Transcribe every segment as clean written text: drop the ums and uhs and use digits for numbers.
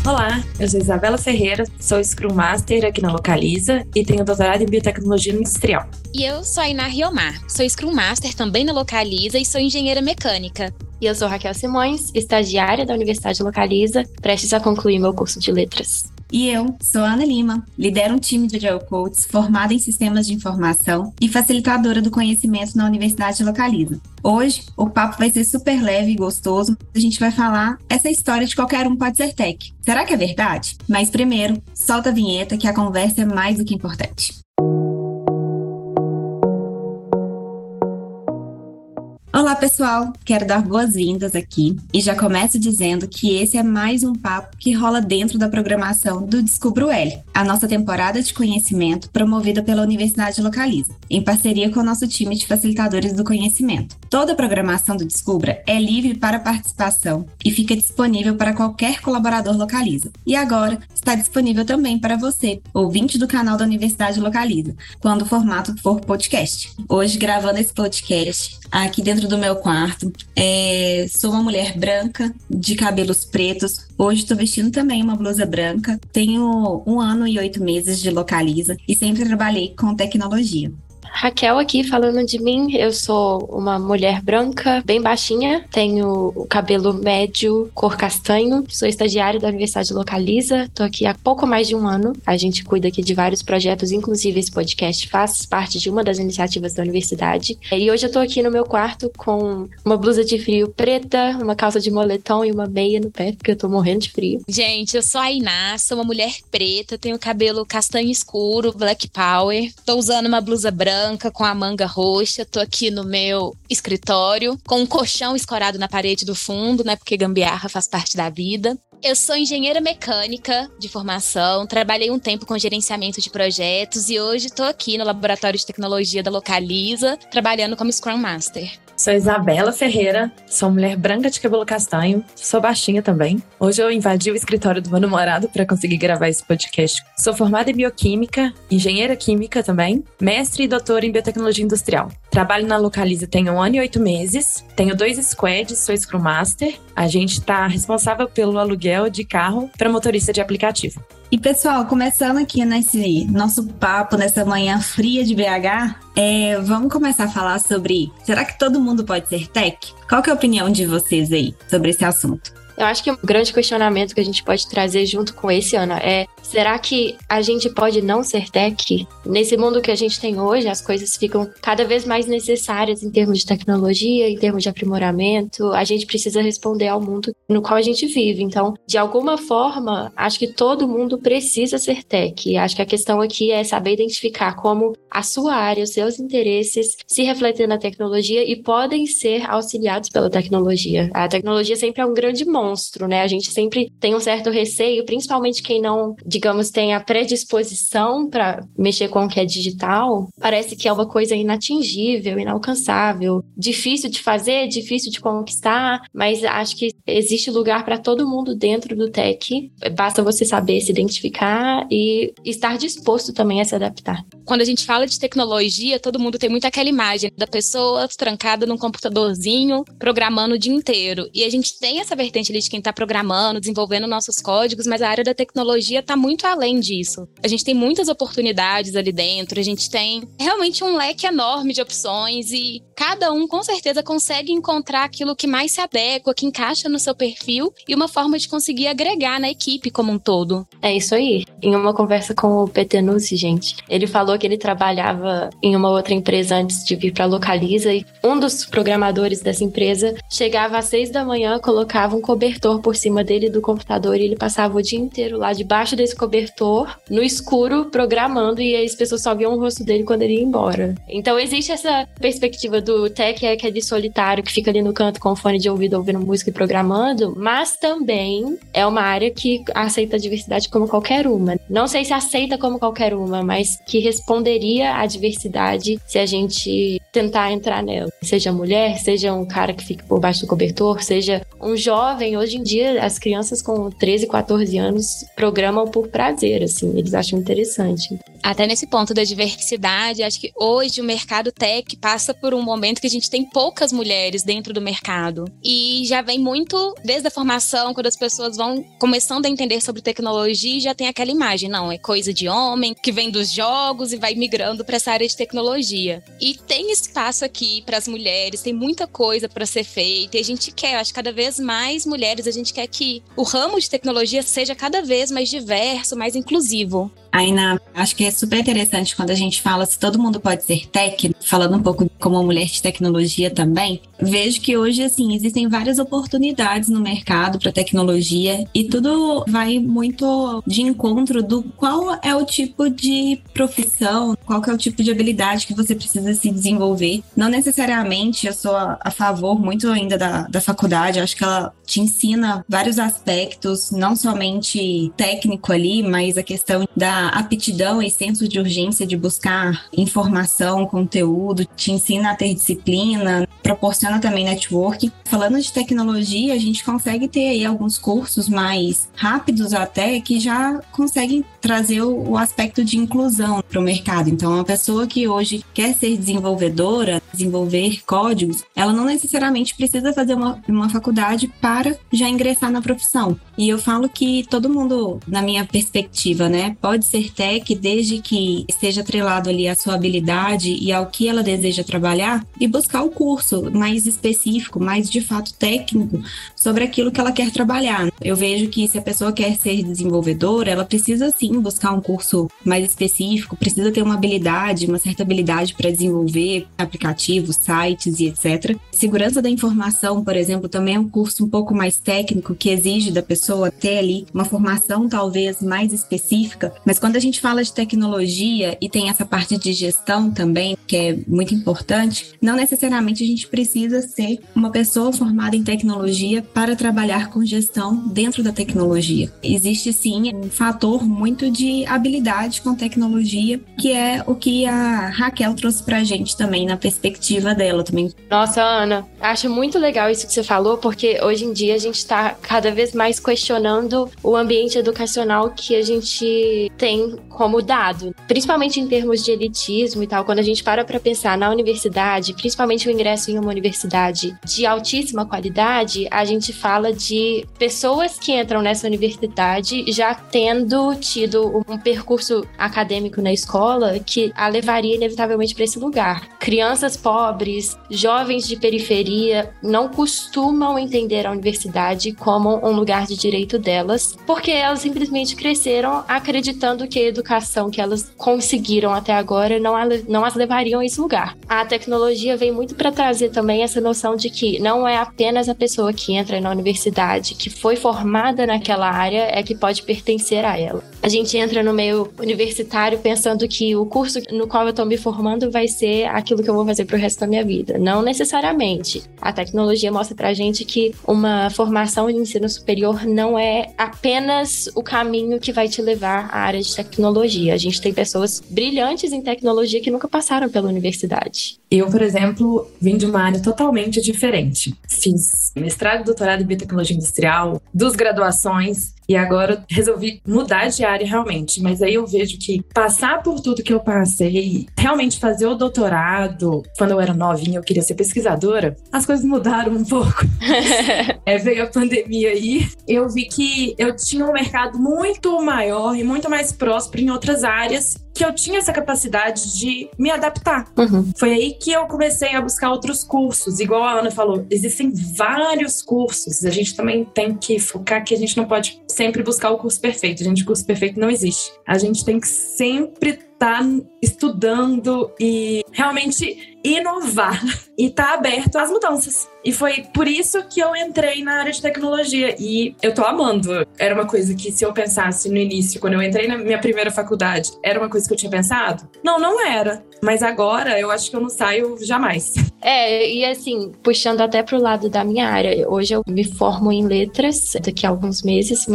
Olá, eu sou Isabela Ferreira, sou Scrum Master aqui na Localiza e tenho doutorado em Biotecnologia Industrial. E eu sou a Iná Riomar, sou Scrum Master também na Localiza e sou engenheira mecânica. E eu sou Raquel Simões, estagiária da Universidade Localiza, prestes a concluir meu curso de letras. E eu sou a Ana Lima, lidero um time de Agile Coaches formada em sistemas de informação e facilitadora do conhecimento na Universidade Localiza. Hoje, o papo vai ser super leve e gostoso. A gente vai falar essa história de qualquer um pode ser tech. Será que é verdade? Mas primeiro, solta a vinheta que a conversa é mais do que importante. Olá pessoal, quero dar boas-vindas aqui e já começo dizendo que esse é mais um papo que rola dentro da programação do Descubra o L, a nossa temporada de conhecimento promovida pela Universidade Localiza, em parceria com o nosso time de facilitadores do conhecimento. Toda a programação do Descubra é livre para participação e fica disponível para qualquer colaborador Localiza. E agora está disponível também para você, ouvinte do canal da Universidade Localiza, quando o formato for podcast. Hoje, gravando esse podcast aqui dentro do meu quarto, sou uma mulher branca, de cabelos pretos. Hoje estou vestindo também uma blusa branca. Tenho 1 ano e 8 meses de Localiza e sempre trabalhei com tecnologia. Raquel aqui falando de mim, eu sou uma mulher branca, bem baixinha, tenho o cabelo médio, cor castanho, sou estagiária da Universidade Localiza, tô aqui há pouco mais de 1 ano, a gente cuida aqui de vários projetos, inclusive esse podcast faz parte de uma das iniciativas da universidade, e hoje eu tô aqui no meu quarto com uma blusa de frio preta, uma calça de moletom e uma meia no pé, porque eu tô morrendo de frio. Gente, eu sou a Iná, sou uma mulher preta, tenho cabelo castanho escuro, black power, tô usando uma blusa branca, com a manga roxa, tô aqui no meu escritório, com um colchão escorado na parede do fundo, né, porque gambiarra faz parte da vida. Eu sou engenheira mecânica de formação, trabalhei um tempo com gerenciamento de projetos e hoje tô aqui no Laboratório de Tecnologia da Localiza, trabalhando como Scrum Master. Sou Isabela Ferreira, sou mulher branca de cabelo castanho, sou baixinha também. Hoje eu invadi o escritório do meu namorado para conseguir gravar esse podcast. Sou formada em bioquímica, engenheira química também, mestre e doutora em biotecnologia industrial. Trabalho na Localiza tem 1 ano e 8 meses, tenho 2 squads, sou Scrum Master. A gente tá responsável pelo aluguel de carro para motorista de aplicativo. E pessoal, começando aqui nesse nosso papo, nessa manhã fria de BH, vamos começar a falar sobre, será que todo mundo pode ser tech? Qual que é a opinião de vocês aí sobre esse assunto? Eu acho que um grande questionamento que a gente pode trazer junto com esse, Ana, é: será que a gente pode não ser tech? Nesse mundo que a gente tem hoje, as coisas ficam cada vez mais necessárias em termos de tecnologia, em termos de aprimoramento. A gente precisa responder ao mundo no qual a gente vive. Então, de alguma forma, acho que todo mundo precisa ser tech. E acho que a questão aqui é saber identificar como a sua área, os seus interesses se refletem na tecnologia e podem ser auxiliados pela tecnologia. A tecnologia sempre é um grande monstro, né? A gente sempre tem um certo receio, principalmente quem não, digamos, tem a predisposição para mexer com o que é digital. Parece que é uma coisa inatingível, inalcançável, difícil de fazer, difícil de conquistar, mas acho que existe lugar para todo mundo dentro do tech. Basta você saber se identificar e estar disposto também a se adaptar. Quando a gente fala de tecnologia, todo mundo tem muito aquela imagem da pessoa trancada num computadorzinho, programando o dia inteiro. E a gente tem essa vertente ali de quem está programando, desenvolvendo nossos códigos, mas a área da tecnologia está muito além disso. A gente tem muitas oportunidades ali dentro, a gente tem realmente um leque enorme de opções e cada um com certeza consegue encontrar aquilo que mais se adequa, que encaixa no seu perfil e uma forma de conseguir agregar na equipe como um todo. É isso aí. Em uma conversa com o PT Nussi, gente, ele falou que ele trabalhava em uma outra empresa antes de vir para a Localiza e um dos programadores dessa empresa chegava às 6 da manhã, colocava um cobertor por cima dele do computador e ele passava o dia inteiro lá debaixo desse cobertor, no escuro, programando, e aí as pessoas só viam o rosto dele quando ele ia embora. Então existe essa perspectiva do tech, é aquele solitário que fica ali no canto com o fone de ouvido ouvindo música e programando, mas também é uma área que aceita a diversidade como qualquer uma. Não sei se aceita como qualquer uma, mas que responderia à diversidade se a gente tentar entrar nela. Seja mulher, seja um cara que fica por baixo do cobertor, seja um jovem. Hoje em dia, as crianças com 13, 14 anos programam por prazer, assim, eles acham interessante. Até nesse ponto da diversidade, acho que hoje o mercado tech passa por um momento que a gente tem poucas mulheres dentro do mercado. E já vem muito desde a formação, quando as pessoas vão começando a entender sobre tecnologia, já tem aquela imagem, não, é coisa de homem, que vem dos jogos e vai migrando para essa área de tecnologia. E tem espaço aqui para as mulheres, tem muita coisa para ser feita. E a gente quer, acho que cada vez mais mulheres, a gente quer que o ramo de tecnologia seja cada vez mais diverso, mais inclusivo. Ainá, acho que é super interessante quando a gente fala se todo mundo pode ser tech, falando um pouco como mulher de tecnologia também, vejo que hoje, assim, existem várias oportunidades no mercado para tecnologia e tudo vai muito de encontro do qual é o tipo de profissão, qual que é o tipo de habilidade que você precisa se desenvolver. Não necessariamente eu sou a favor muito ainda da faculdade, acho que ela te ensina vários aspectos, não somente técnico ali, mas a questão da aptidão e senso de urgência de buscar informação, conteúdo, te ensina a ter disciplina, proporciona também networking. Falando de tecnologia, a gente consegue ter aí alguns cursos mais rápidos até, que já conseguem trazer o aspecto de inclusão para o mercado. Então, uma pessoa que hoje quer ser desenvolvedora, desenvolver códigos, ela não necessariamente precisa fazer uma faculdade para já ingressar na profissão. E eu falo que todo mundo, na minha perspectiva, né, pode ser tech desde que esteja atrelado ali à sua habilidade e ao que ela deseja trabalhar e buscar o curso mais específico, mais de fato técnico sobre aquilo que ela quer trabalhar. Eu vejo que se a pessoa quer ser desenvolvedora, ela precisa sim buscar um curso mais específico, precisa ter uma habilidade, uma certa habilidade para desenvolver aplicativos, sites e etc. Segurança da informação, por exemplo, também é um curso um pouco mais técnico que exige da pessoa ter ali uma formação talvez mais específica, mas quando a gente fala de tecnologia e tem essa parte de gestão também, que é muito importante, não necessariamente a gente precisa ser uma pessoa formada em tecnologia para trabalhar com gestão dentro da tecnologia. Existe sim um fator muito de habilidade com tecnologia, que é o que a Raquel trouxe pra gente também, na perspectiva dela também. Nossa, Ana, acho muito legal isso que você falou, porque hoje em dia a gente está cada vez mais questionando o ambiente educacional que a gente tem como dado, principalmente em termos de elitismo e tal. Quando a gente para pensar na universidade, principalmente o ingresso em uma universidade de altíssima qualidade, a gente fala de pessoas que entram nessa universidade já tendo tido um percurso acadêmico na escola que a levaria inevitavelmente para esse lugar. Crianças pobres, jovens de periferia não costumam entender a universidade como um lugar de direito delas, porque elas simplesmente cresceram acreditando que a educação que elas conseguiram até agora não as levariam a esse lugar. A tecnologia vem muito para trazer também essa noção de que não é apenas a pessoa que entra na universidade, que foi formada naquela área, é que pode pertencer a ela. A gente entra no meio universitário pensando que o curso no qual eu estou me formando vai ser aquilo que eu vou fazer pro resto da minha vida. Não necessariamente. A tecnologia mostra pra gente que uma formação de ensino superior não é apenas o caminho que vai te levar à área de tecnologia. A gente tem pessoas brilhantes em tecnologia que nunca passaram pela universidade. Eu, por exemplo, vim de uma área totalmente diferente. Fiz mestrado e doutorado em biotecnologia industrial, 2 graduações, e agora resolvi mudar de área realmente. Mas aí eu vejo que passar por tudo que eu passei, realmente fazer o doutorado, quando eu era novinha eu queria ser pesquisadora, as coisas mudaram um pouco. Veio a pandemia aí, eu vi que eu tinha um mercado muito maior e muito mais próspero em outras áreas, que eu tinha essa capacidade de me adaptar. Foi aí que eu comecei a buscar outros cursos. Igual a Ana falou, existem vários cursos. A gente também tem que focar que a gente não pode sempre buscar o curso perfeito. Gente, o curso perfeito não existe. A gente tem que sempre estar estudando e realmente inovar e estar aberto às mudanças. E foi por isso que eu entrei na área de tecnologia e eu tô amando. Era uma coisa que, se eu pensasse no início, quando eu entrei na minha primeira faculdade, era uma coisa que eu tinha pensado? Não era. Mas agora eu acho que eu não saio jamais. E assim, puxando até pro lado da minha área, hoje eu me formo em letras daqui a alguns meses, mas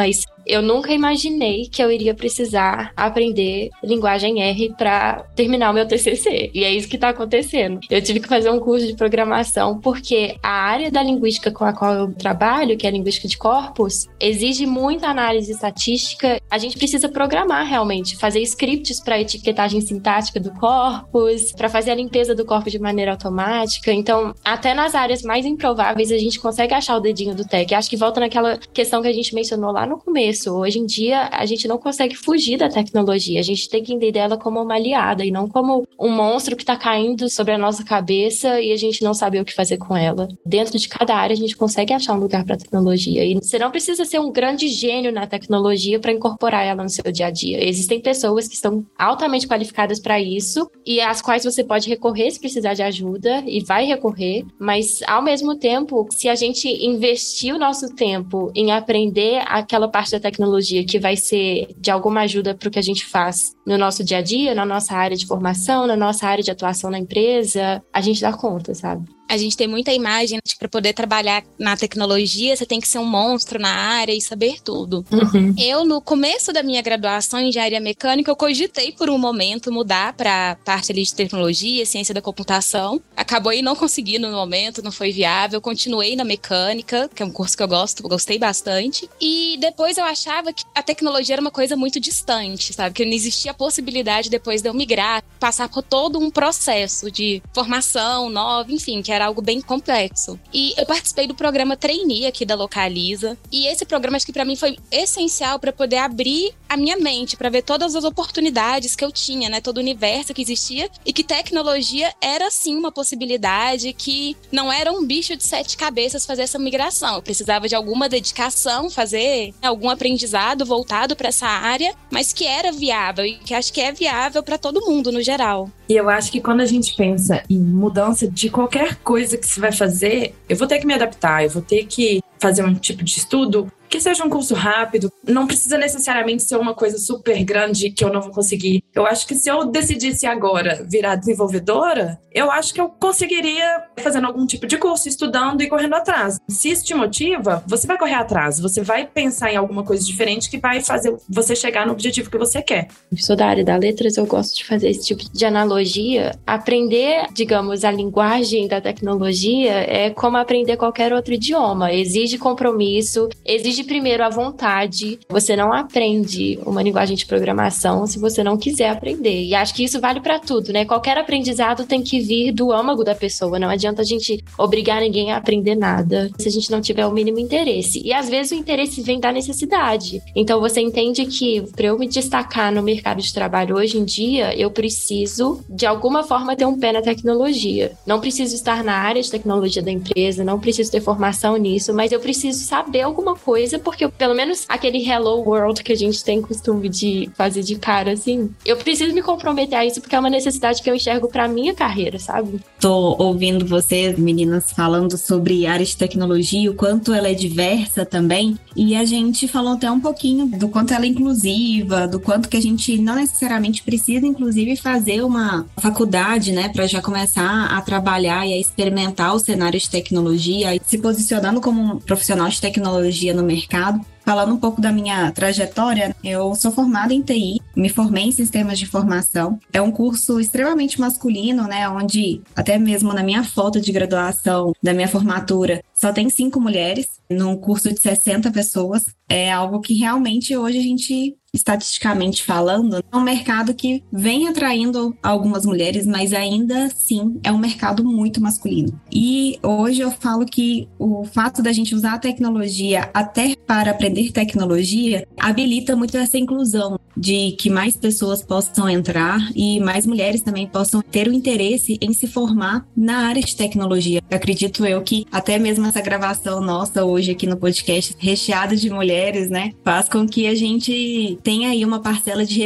Eu nunca imaginei que eu iria precisar aprender linguagem R para terminar o meu TCC. E é isso que está acontecendo. Eu tive que fazer um curso de programação porque a área da linguística com a qual eu trabalho, que é a linguística de corpos, exige muita análise estatística. A gente precisa programar realmente, fazer scripts para etiquetagem sintática do corpus, para fazer a limpeza do corpo de maneira automática. Então, até nas áreas mais improváveis, a gente consegue achar o dedinho do tech. Acho que volta naquela questão que a gente mencionou lá no começo. Hoje em dia, a gente não consegue fugir da tecnologia. A gente tem que entender ela como uma aliada e não como um monstro que está caindo sobre a nossa cabeça e a gente não sabe o que fazer com ela. Dentro de cada área, a gente consegue achar um lugar para a tecnologia. E você não precisa ser um grande gênio na tecnologia para incorporar ela no seu dia a dia. Existem pessoas que estão altamente qualificadas para isso e às quais você pode recorrer se precisar de ajuda e vai recorrer, mas ao mesmo tempo, se a gente investir o nosso tempo em aprender aquela parte da tecnologia que vai ser de alguma ajuda para o que a gente faz no nosso dia a dia, na nossa área de formação, na nossa área de atuação na empresa, a gente dá conta, sabe? A gente tem muita imagem de que para poder trabalhar na tecnologia, você tem que ser um monstro na área e saber tudo. Uhum. Eu, no começo da minha graduação em engenharia mecânica, eu cogitei por um momento mudar para parte ali de tecnologia, ciência da computação. Acabou aí não conseguindo no momento, não foi viável. Continuei na mecânica, que é um curso que eu gostei bastante. E depois eu achava que a tecnologia era uma coisa muito distante, sabe? Que não existia a possibilidade depois de eu migrar, passar por todo um processo de formação nova, enfim, que era algo bem complexo. E eu participei do programa Trainee aqui da Localiza. E esse programa, acho que pra mim foi essencial para poder abrir a minha mente, para ver todas as oportunidades que eu tinha, né? Todo o universo que existia e que tecnologia era sim uma possibilidade, que não era um bicho de 7 cabeças fazer essa migração. Eu precisava de alguma dedicação, fazer algum aprendizado voltado para essa área, mas que era viável e que acho que é viável para todo mundo no geral. E eu acho que quando a gente pensa em mudança de qualquer coisa que se vai fazer, eu vou ter que me adaptar, eu vou ter que fazer um tipo de estudo que seja um curso rápido, não precisa necessariamente ser uma coisa super grande que eu não vou conseguir. Eu acho que se eu decidisse agora virar desenvolvedora, eu acho que eu conseguiria fazendo algum tipo de curso, estudando e correndo atrás. Se isso te motiva, você vai correr atrás, você vai pensar em alguma coisa diferente que vai fazer você chegar no objetivo que você quer. Eu sou da área da letras, eu gosto de fazer esse tipo de analogia. Aprender, digamos, a linguagem da tecnologia é como aprender qualquer outro idioma. Exige compromisso, exige primeiro a vontade. Você não aprende uma linguagem de programação se você não quiser aprender. E acho que isso vale para tudo, né? Qualquer aprendizado tem que vir do âmago da pessoa. Não adianta a gente obrigar ninguém a aprender nada se a gente não tiver o mínimo interesse. E às vezes o interesse vem da necessidade. Então você entende que para eu me destacar no mercado de trabalho hoje em dia, eu preciso de alguma forma ter um pé na tecnologia. Não preciso estar na área de tecnologia da empresa, não preciso ter formação nisso, mas eu preciso saber alguma coisa, porque pelo menos aquele hello world que a gente tem costume de fazer de cara, assim, eu preciso me comprometer a isso porque é uma necessidade que eu enxergo pra minha carreira, sabe? Tô ouvindo vocês, meninas, falando sobre área de tecnologia, o quanto ela é diversa também, e a gente falou até um pouquinho do quanto ela é inclusiva, do quanto que a gente não necessariamente precisa, inclusive, fazer uma faculdade, né, para já começar a trabalhar e a experimentar o cenário de tecnologia, e se posicionando como um profissional de tecnologia no mercado. Falando um pouco da minha trajetória, eu sou formada em TI, me formei em sistemas de informação. É um curso extremamente masculino, né, onde até mesmo na minha foto de graduação, da minha formatura, só tem 5 mulheres, num curso de 60 pessoas. É algo que realmente hoje a gente, estatisticamente falando, é um mercado que vem atraindo algumas mulheres, mas ainda assim é um mercado muito masculino. E hoje eu falo que o fato da gente usar a tecnologia até para aprender tecnologia habilita muito essa inclusão de que mais pessoas possam entrar e mais mulheres também possam ter o interesse em se formar na área de tecnologia. Acredito eu que até mesmo essa gravação nossa hoje aqui no podcast, recheada de mulheres, né, faz com que a gente tenha aí uma parcela de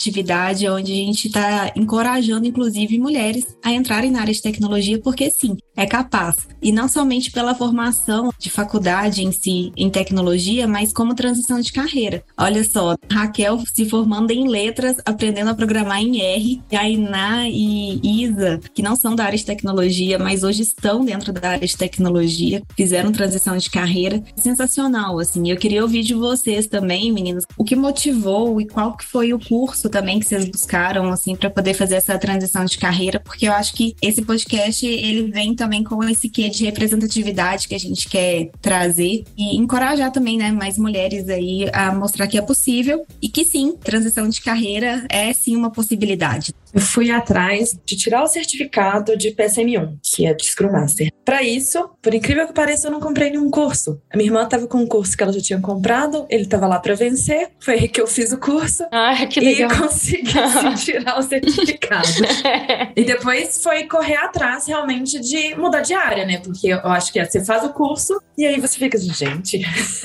representatividade onde a gente está encorajando, inclusive, mulheres a entrarem na área de tecnologia, porque sim, é capaz. E não somente pela formação de faculdade em si, em tecnologia, mas como transição de carreira. Olha só, Raquel se formando em letras, aprendendo a programar em R, e a Iná e Isa, que não são da área de tecnologia, mas hoje estão dentro da área de tecnologia, fizeram transição de carreira. Sensacional, assim. Eu queria ouvir de vocês também, meninas, o que motivou e qual que foi o curso também que vocês buscaram, assim, para poder fazer essa transição de carreira, porque eu acho que esse podcast, ele vem também com esse quê de representatividade que a gente quer trazer e encorajar também, né, mais mulheres aí a mostrar que é possível e que sim, transição de carreira é sim uma possibilidade. Eu fui atrás de tirar o certificado de PSM1, que é de Scrum Master. Para isso, por incrível que pareça, eu não comprei nenhum curso. A minha irmã estava com um curso que ela já tinha comprado, ele estava lá para vencer, foi aí que eu fiz o curso. Ah, que legal. E consegui assim, tirar o certificado. E depois foi correr atrás realmente de mudar de área, né? Porque eu acho que você faz o curso e aí você fica assim, gente,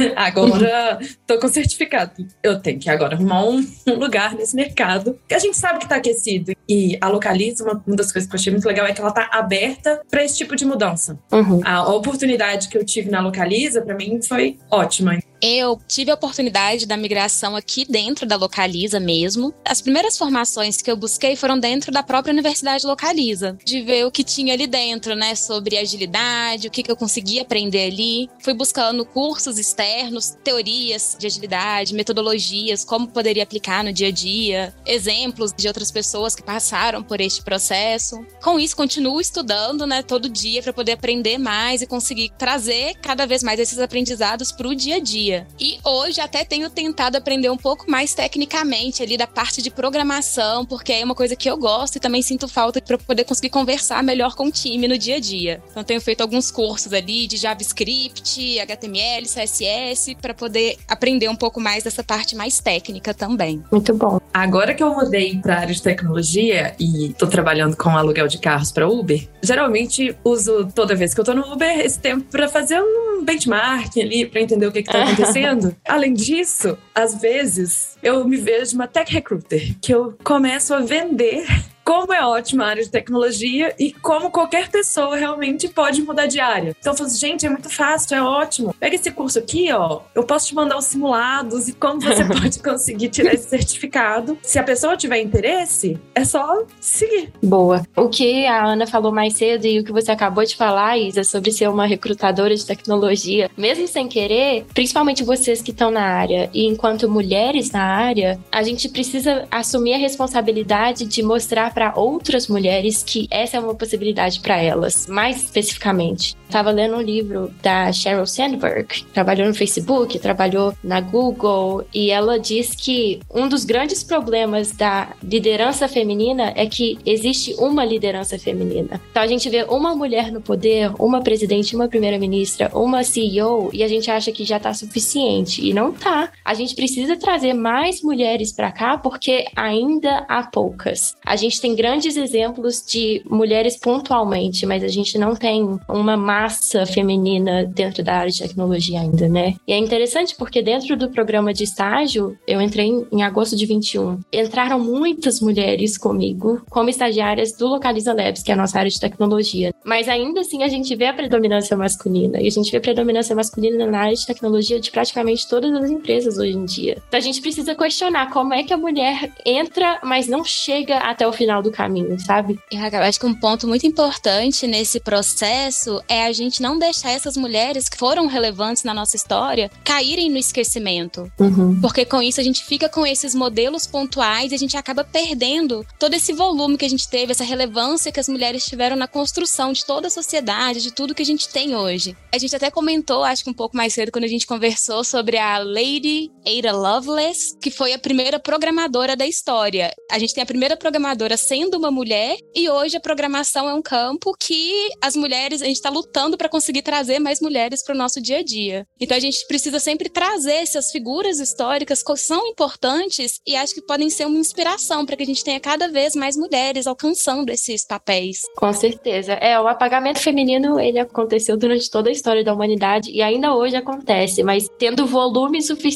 agora tô com certificado. Eu tenho que agora arrumar um lugar nesse mercado. Que a gente sabe que tá aquecido. E a Localiza, uma das coisas que eu achei muito legal é que ela tá aberta para esse tipo de mudança. Uhum. A oportunidade que eu tive na Localiza, para mim, foi ótima. Eu tive a oportunidade da migração aqui dentro da Localiza mesmo. As primeiras formações que eu busquei foram dentro da própria Universidade Localiza, de ver o que tinha ali dentro, né, sobre agilidade, o que eu conseguia aprender ali. Fui buscando cursos externos, teorias de agilidade, metodologias, como poderia aplicar no dia a dia, exemplos de outras pessoas que passaram por este processo. Com isso, continuo estudando, né, todo dia para poder aprender mais e conseguir trazer cada vez mais esses aprendizados para o dia a dia. E hoje até tenho tentado aprender um pouco mais tecnicamente ali da parte de programação, porque é uma coisa que eu gosto e também sinto falta para poder conseguir conversar melhor com o time no dia a dia. Então tenho feito alguns cursos ali de JavaScript, HTML, CSS, para poder aprender um pouco mais dessa parte mais técnica também. Muito bom. Agora que eu mudei para a área de tecnologia e tô trabalhando com aluguel de carros para Uber, geralmente uso toda vez que eu tô no Uber esse tempo para fazer um benchmarking ali, para entender o que tá acontecendo. Além disso, às vezes, eu me vejo uma tech recruiter, que eu começo a vender como é ótima a área de tecnologia e como qualquer pessoa realmente pode mudar de área. Então eu falo assim, gente, é muito fácil, é ótimo. Pega esse curso aqui, ó, eu posso te mandar os simulados e como você pode conseguir tirar esse certificado. Se a pessoa tiver interesse, é só seguir. Boa. O que a Ana falou mais cedo e o que você acabou de falar, Isa, sobre ser uma recrutadora de tecnologia, mesmo sem querer, principalmente vocês que estão na área e enquanto mulheres na área, a gente precisa assumir a responsabilidade de mostrar para outras mulheres que essa é uma possibilidade para elas, mais especificamente. Estava lendo um livro da Sheryl Sandberg, que trabalhou no Facebook, trabalhou na Google, e ela diz que um dos grandes problemas da liderança feminina é que existe uma liderança feminina. Então a gente vê uma mulher no poder, uma presidente, uma primeira-ministra, uma CEO, e a gente acha que já está suficiente, e não tá. A gente precisa trazer mais mulheres para cá, porque ainda há poucas. A gente tem grandes exemplos de mulheres pontualmente, mas a gente não tem uma massa feminina dentro da área de tecnologia ainda, né? E é interessante porque dentro do programa de estágio, eu entrei em agosto de 21, entraram muitas mulheres comigo como estagiárias do Localiza Labs, que é a nossa área de tecnologia. Mas ainda assim a gente vê a predominância masculina, e a gente vê a predominância masculina na área de tecnologia de praticamente todas as empresas hoje em dia. Então a gente precisa questionar como é que a mulher entra, mas não chega até o final do caminho, sabe? Eu acho que um ponto muito importante nesse processo é a gente não deixar essas mulheres que foram relevantes na nossa história caírem no esquecimento. Uhum. Porque com isso a gente fica com esses modelos pontuais e a gente acaba perdendo todo esse volume que a gente teve, essa relevância que as mulheres tiveram na construção de toda a sociedade, de tudo que a gente tem hoje. A gente até comentou, acho que um pouco mais cedo, quando a gente conversou sobre a Lady Ada Lovelace, que foi a primeira programadora da história. A gente tem a primeira programadora sendo uma mulher, e hoje a programação é um campo que as mulheres, a gente está lutando para conseguir trazer mais mulheres para o nosso dia a dia. Então a gente precisa sempre trazer essas figuras históricas que são importantes e acho que podem ser uma inspiração para que a gente tenha cada vez mais mulheres alcançando esses papéis. Com certeza. O apagamento feminino, ele aconteceu durante toda a história da humanidade e ainda hoje acontece, mas tendo volume suficiente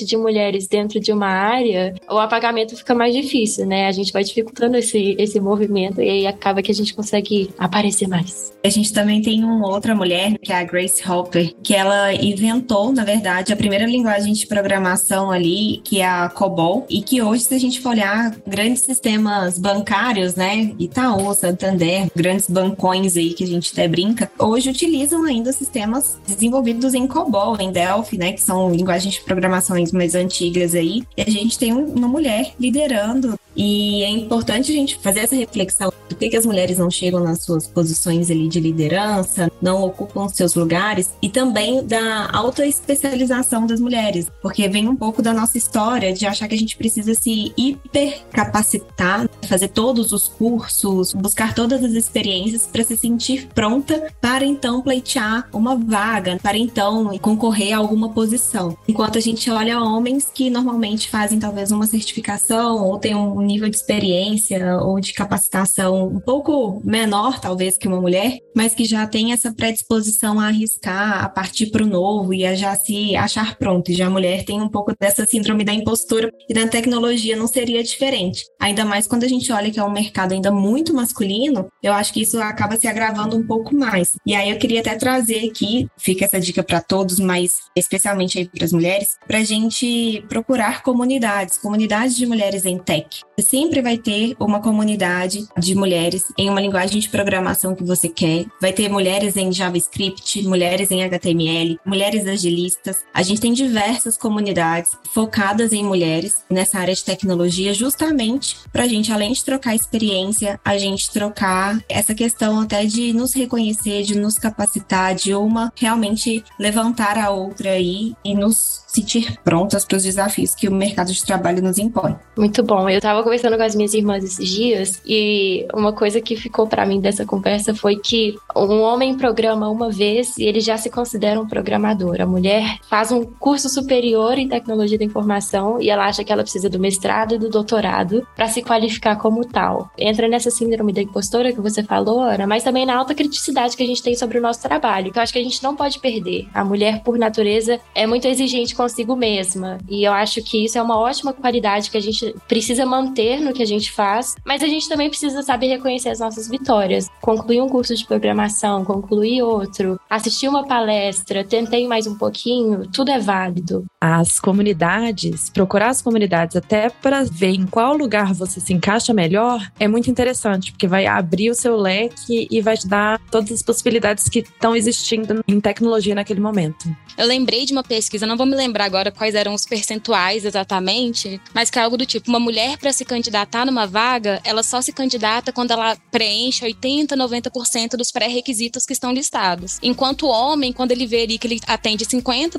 principalmente de mulheres dentro de uma área, o apagamento fica mais difícil, né? A gente vai dificultando esse movimento e aí acaba que a gente consegue aparecer mais. A gente também tem uma outra mulher, que é a Grace Hopper, que ela inventou, na verdade, a primeira linguagem de programação ali, que é a COBOL, e que hoje, se a gente for olhar grandes sistemas bancários, né, Itaú, Santander, grandes bancões aí que a gente até brinca, hoje utilizam ainda sistemas desenvolvidos em COBOL, em Delphi, né, que são linguagens de programações mais antigas aí, e a gente tem uma mulher liderando, e é importante a gente fazer essa reflexão do que as mulheres não chegam nas suas posições ali de liderança, não ocupam seus lugares, e também da autoespecialização das mulheres, porque vem um pouco da nossa história de achar que a gente precisa se hipercapacitar, fazer todos os cursos, buscar todas as experiências para se sentir pronta para então pleitear uma vaga, para então concorrer a alguma posição. Enquanto a gente olha homens que normalmente fazem talvez uma certificação ou têm um nível de experiência ou de capacitação um pouco menor talvez que uma mulher, mas que já tem essa predisposição a arriscar, a partir para o novo e a já se achar pronta. E já a mulher tem um pouco dessa síndrome da impostura e na tecnologia não seria diferente. Ainda mais quando a gente olha que é um mercado ainda muito masculino, eu acho que isso acaba se agravando um pouco mais. E aí eu queria até trazer aqui, fica essa dica para todos, mas especialmente aí para as mulheres, para a gente procurar comunidades de mulheres em tech. Você sempre vai ter uma comunidade de mulheres em uma linguagem de programação que você quer. Vai ter mulheres em JavaScript, mulheres em HTML, mulheres agilistas. A gente tem diversas comunidades focadas em mulheres nessa área de tecnologia, justamente para a gente, além de trocar experiência, a gente trocar essa questão até de nos reconhecer, de nos capacitar, de uma realmente levantar a outra aí e nos sentir prontas para os desafios que o mercado de trabalho nos impõe. Muito bom. Eu estava conversando com as minhas irmãs esses dias e uma coisa que ficou para mim dessa conversa foi que um homem programa uma vez e ele já se considera um programador. A mulher faz um curso superior em tecnologia da informação e ela acha que ela precisa do mestrado e do doutorado para se qualificar como tal. Entra nessa síndrome da impostora que você falou, Ana, mas também na alta criticidade que a gente tem sobre o nosso trabalho, que eu acho que a gente não pode perder. A mulher, por natureza, é muito exigente consigo mesma e eu acho que isso é uma ótima qualidade que a gente precisa manter no que a gente faz, mas a gente também precisa saber reconhecer as nossas vitórias. Concluir um curso de programação, concluir outro, assistir uma palestra, tentei mais um pouquinho, tudo é válido. As comunidades, procurar as comunidades até para ver em qual lugar você se encaixa melhor é muito interessante, porque vai abrir o seu leque e vai te dar todas as possibilidades que estão existindo em tecnologia naquele momento. Eu lembrei de uma pesquisa, não vou me lembrar agora quais eram os percentuais exatamente, mas que é algo do tipo, uma mulher para se candidatar numa vaga, ela só se candidata quando ela preenche 80%, 90% dos pré-requisitos que estão listados. Enquanto o homem, quando ele vê ali que ele atende 50%,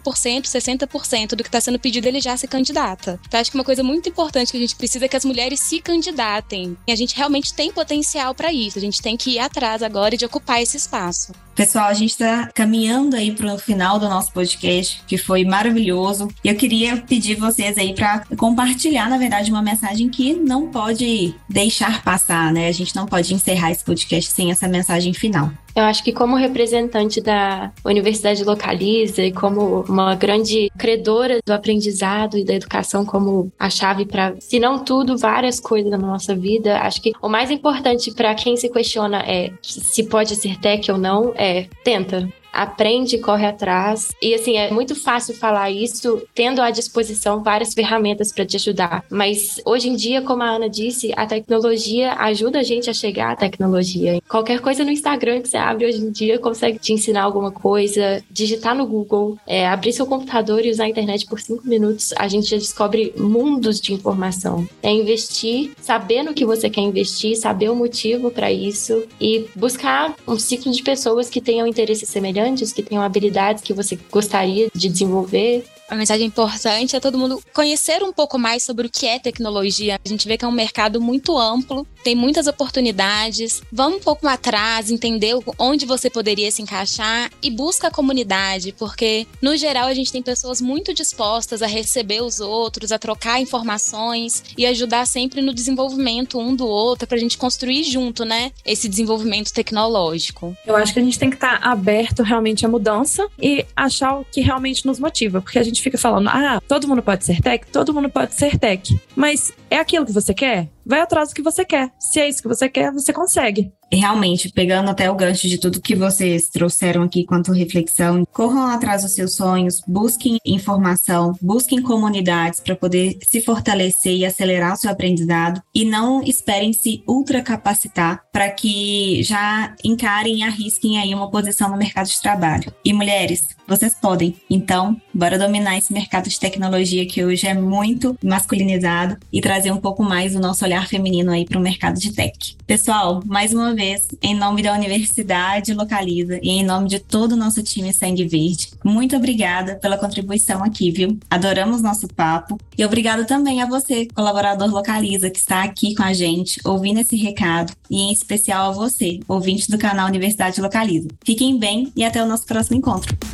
60% do que está sendo pedido, ele já se candidata. Então, acho que uma coisa muito importante que a gente precisa é que as mulheres se candidatem. E a gente realmente tem potencial para isso. A gente tem que ir atrás agora de ocupar esse espaço. Pessoal, a gente está caminhando aí para o final do nosso podcast, que foi maravilhoso. E eu queria pedir vocês aí para compartilhar, na verdade, uma mensagem que não pode deixar passar, né? A gente não pode encerrar esse podcast sem essa mensagem final. Eu acho que como representante da Universidade Localiza e como uma grande credora do aprendizado e da educação como a chave para, se não tudo, várias coisas na nossa vida, acho que o mais importante para quem se questiona é se pode ser tech ou não, tenta. Aprende, corre atrás. E assim, é muito fácil falar isso tendo à disposição várias ferramentas para te ajudar. Mas hoje em dia, como a Ana disse, a tecnologia ajuda a gente a chegar à tecnologia. Qualquer coisa no Instagram que você abre hoje em dia consegue te ensinar alguma coisa. Digitar no Google, abrir seu computador e usar a internet por 5 minutos, a gente já descobre mundos de informação. É investir, saber no que você quer investir, saber o motivo para isso e buscar um ciclo de pessoas que tenham interesses semelhantes, que tenham habilidades que você gostaria de desenvolver. A mensagem importante é todo mundo conhecer um pouco mais sobre o que é tecnologia. A gente vê que é um mercado muito amplo, tem muitas oportunidades. Vamos um pouco atrás, entender onde você poderia se encaixar e busca a comunidade, porque, no geral, a gente tem pessoas muito dispostas a receber os outros, a trocar informações e ajudar sempre no desenvolvimento um do outro, pra gente construir junto, né, esse desenvolvimento tecnológico. Eu acho que a gente tem que estar aberto realmente à mudança e achar o que realmente nos motiva, porque a gente fica falando, todo mundo pode ser tech? Todo mundo pode ser tech. Mas é aquilo que você quer? Vai atrás do que você quer. Se é isso que você quer, você consegue. Realmente, pegando até o gancho de tudo que vocês trouxeram aqui quanto reflexão, corram atrás dos seus sonhos, busquem informação, busquem comunidades para poder se fortalecer e acelerar o seu aprendizado e não esperem se ultracapacitar para que já encarem e arrisquem aí uma posição no mercado de trabalho. E mulheres, vocês podem. Então, bora dominar esse mercado de tecnologia que hoje é muito masculinizado e trazer um pouco mais o nosso olhar feminino aí para o mercado de tech. Pessoal, mais uma vez, em nome da Universidade Localiza e em nome de todo o nosso time Sangue Verde, muito obrigada pela contribuição aqui, viu? Adoramos nosso papo e obrigado também a você, colaborador Localiza, que está aqui com a gente, ouvindo esse recado e em especial a você, ouvinte do canal Universidade Localiza. Fiquem bem e até o nosso próximo encontro.